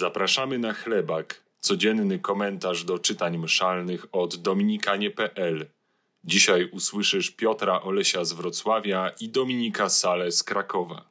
Zapraszamy na chlebak, codzienny komentarz do czytań mszalnych od dominikanie.pl. Dzisiaj usłyszysz Piotra Olesia z Wrocławia i Dominika Salę z Krakowa.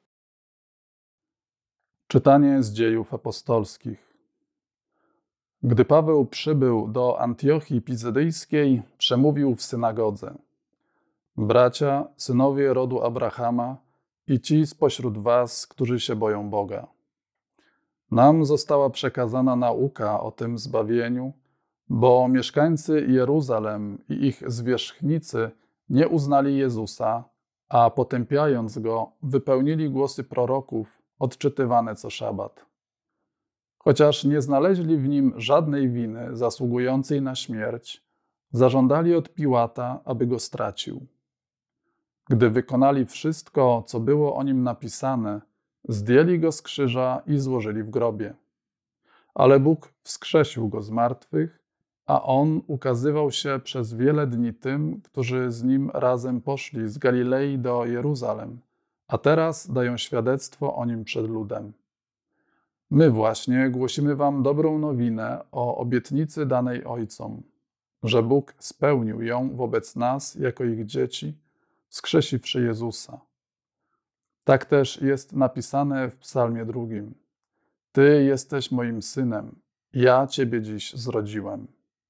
Czytanie z Dziejów Apostolskich. Gdy Paweł przybył do Antiochii Pizydyjskiej, przemówił w synagodze: Bracia, synowie rodu Abrahama i ci spośród was, którzy się boją Boga. Nam została przekazana nauka o tym zbawieniu, bo mieszkańcy Jeruzalem i ich zwierzchnicy nie uznali Jezusa, a potępiając Go, wypełnili głosy proroków odczytywane co szabat. Chociaż nie znaleźli w Nim żadnej winy zasługującej na śmierć, zażądali od Piłata, aby Go stracił. Gdy wykonali wszystko, co było o Nim napisane, zdjęli Go z krzyża i złożyli w grobie. Ale Bóg wskrzesił Go z martwych, a On ukazywał się przez wiele dni tym, którzy z Nim razem poszli z Galilei do Jeruzalem, a teraz dają świadectwo o Nim przed ludem. My właśnie głosimy wam dobrą nowinę o obietnicy danej Ojcom, że Bóg spełnił ją wobec nas jako ich dzieci, wskrzesiwszy Jezusa. Tak też jest napisane w Psalmie 2. Ty jesteś moim synem, ja Ciebie dziś zrodziłem.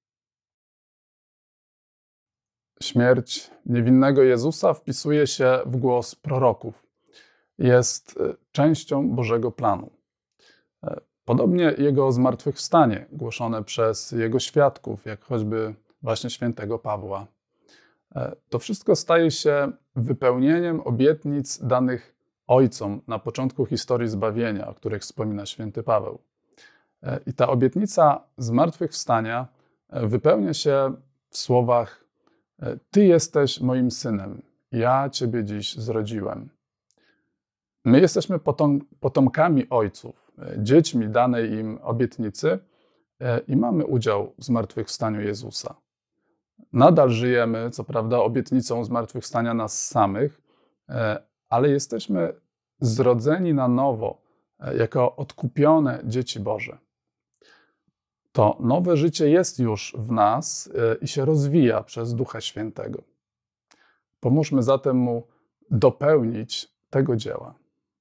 Śmierć niewinnego Jezusa wpisuje się w głos proroków. Jest częścią Bożego planu. Podobnie Jego zmartwychwstanie, głoszone przez Jego świadków, jak choćby właśnie świętego Pawła. To wszystko staje się wypełnieniem obietnic danych ojcom na początku historii zbawienia, o których wspomina święty Paweł. I ta obietnica zmartwychwstania wypełnia się w słowach: Ty jesteś moim synem, ja Ciebie dziś zrodziłem. My jesteśmy potomkami ojców, dziećmi danej im obietnicy i mamy udział w zmartwychwstaniu Jezusa. Nadal żyjemy, co prawda, obietnicą zmartwychwstania nas samych, ale jesteśmy zrodzeni na nowo, jako odkupione dzieci Boże. To nowe życie jest już w nas i się rozwija przez Ducha Świętego. Pomóżmy zatem Mu dopełnić tego dzieła.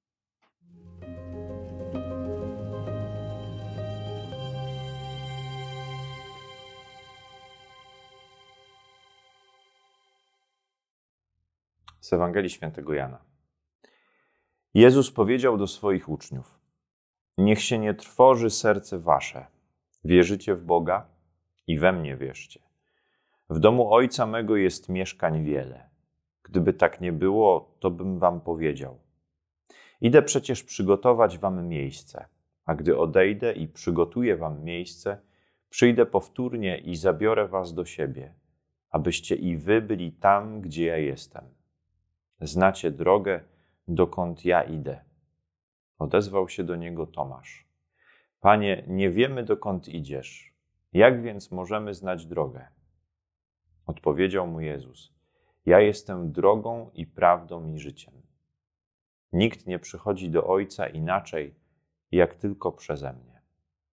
Z Ewangelii Świętego Jana. Jezus powiedział do swoich uczniów: Niech się nie trwoży serce wasze. Wierzycie w Boga i we mnie wierzcie. W domu Ojca mego jest mieszkań wiele. Gdyby tak nie było, to bym wam powiedział. Idę przecież przygotować wam miejsce, a gdy odejdę i przygotuję wam miejsce, przyjdę powtórnie i zabiorę was do siebie, abyście i wy byli tam, gdzie ja jestem. Znacie drogę, dokąd ja idę. Odezwał się do niego Tomasz. Panie, nie wiemy, dokąd idziesz. Jak więc możemy znać drogę? Odpowiedział mu Jezus. Ja jestem drogą i prawdą i życiem. Nikt nie przychodzi do Ojca inaczej, jak tylko przeze mnie.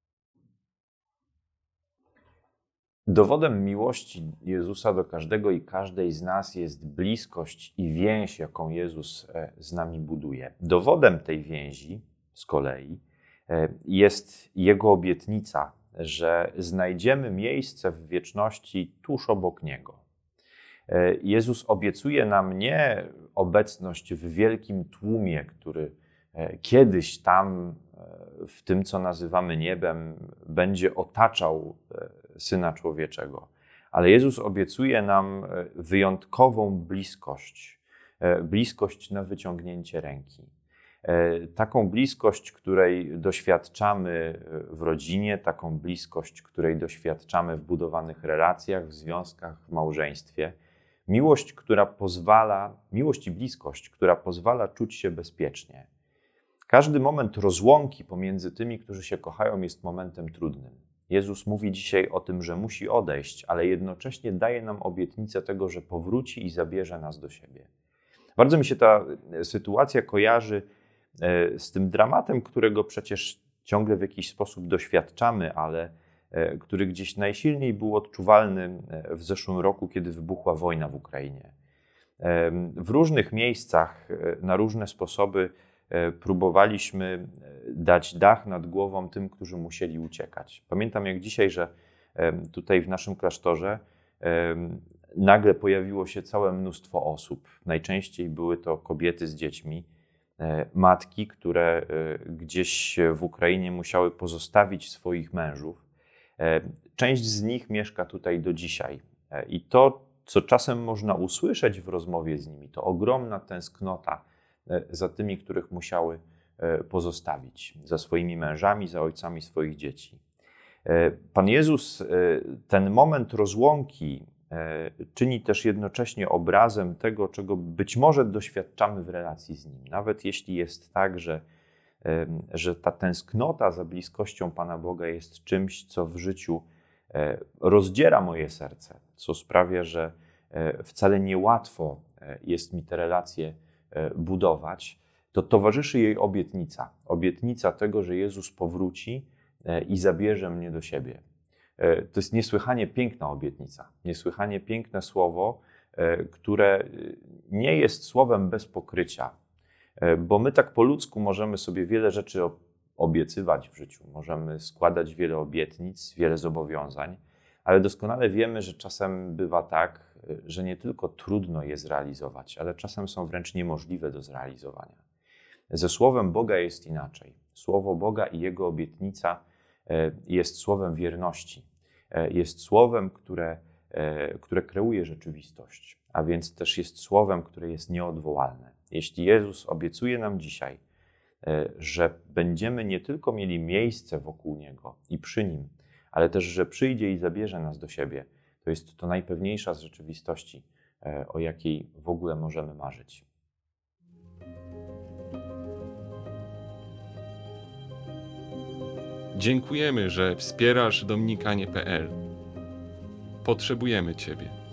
Dowodem miłości Jezusa do każdego i każdej z nas jest bliskość i więź, jaką Jezus z nami buduje. Dowodem tej więzi z kolei jest Jego obietnica, że znajdziemy miejsce w wieczności tuż obok Niego. Jezus obiecuje nam nie obecność w wielkim tłumie, który kiedyś tam, w tym, co nazywamy niebem, będzie otaczał Syna Człowieczego. Ale Jezus obiecuje nam wyjątkową bliskość na wyciągnięcie ręki. Taką bliskość, której doświadczamy w rodzinie, taką bliskość, której doświadczamy w budowanych relacjach, w związkach, w małżeństwie. Miłość i bliskość, która pozwala czuć się bezpiecznie. Każdy moment rozłąki pomiędzy tymi, którzy się kochają, jest momentem trudnym. Jezus mówi dzisiaj o tym, że musi odejść, ale jednocześnie daje nam obietnicę tego, że powróci i zabierze nas do siebie. Bardzo mi się ta sytuacja kojarzy z tym dramatem, którego przecież ciągle w jakiś sposób doświadczamy, ale który gdzieś najsilniej był odczuwalny w zeszłym roku, kiedy wybuchła wojna w Ukrainie. W różnych miejscach, na różne sposoby próbowaliśmy dać dach nad głową tym, którzy musieli uciekać. Pamiętam jak dzisiaj, że tutaj w naszym klasztorze nagle pojawiło się całe mnóstwo osób. Najczęściej były to kobiety z dziećmi, matki, które gdzieś w Ukrainie musiały pozostawić swoich mężów. Część z nich mieszka tutaj do dzisiaj. I to, co czasem można usłyszeć w rozmowie z nimi, to ogromna tęsknota za tymi, których musiały pozostawić, za swoimi mężami, za ojcami swoich dzieci. Pan Jezus ten moment rozłąki czyni też jednocześnie obrazem tego, czego być może doświadczamy w relacji z Nim. Nawet jeśli jest tak, że ta tęsknota za bliskością Pana Boga jest czymś, co w życiu rozdziera moje serce, co sprawia, że wcale niełatwo jest mi te relacje budować, to towarzyszy jej obietnica. Obietnica tego, że Jezus powróci i zabierze mnie do siebie. To jest niesłychanie piękna obietnica, niesłychanie piękne słowo, które nie jest słowem bez pokrycia, bo my tak po ludzku możemy sobie wiele rzeczy obiecywać w życiu, możemy składać wiele obietnic, wiele zobowiązań, ale doskonale wiemy, że czasem bywa tak, że nie tylko trudno je zrealizować, ale czasem są wręcz niemożliwe do zrealizowania. Ze Słowem Boga jest inaczej. Słowo Boga i Jego obietnica jest słowem wierności. Jest słowem, które kreuje rzeczywistość, a więc też jest słowem, które jest nieodwołalne. Jeśli Jezus obiecuje nam dzisiaj, że będziemy nie tylko mieli miejsce wokół Niego i przy Nim, ale też, że przyjdzie i zabierze nas do siebie, to jest to najpewniejsza z rzeczywistości, o jakiej w ogóle możemy marzyć. Dziękujemy, że wspierasz dominikanie.pl. Potrzebujemy Ciebie.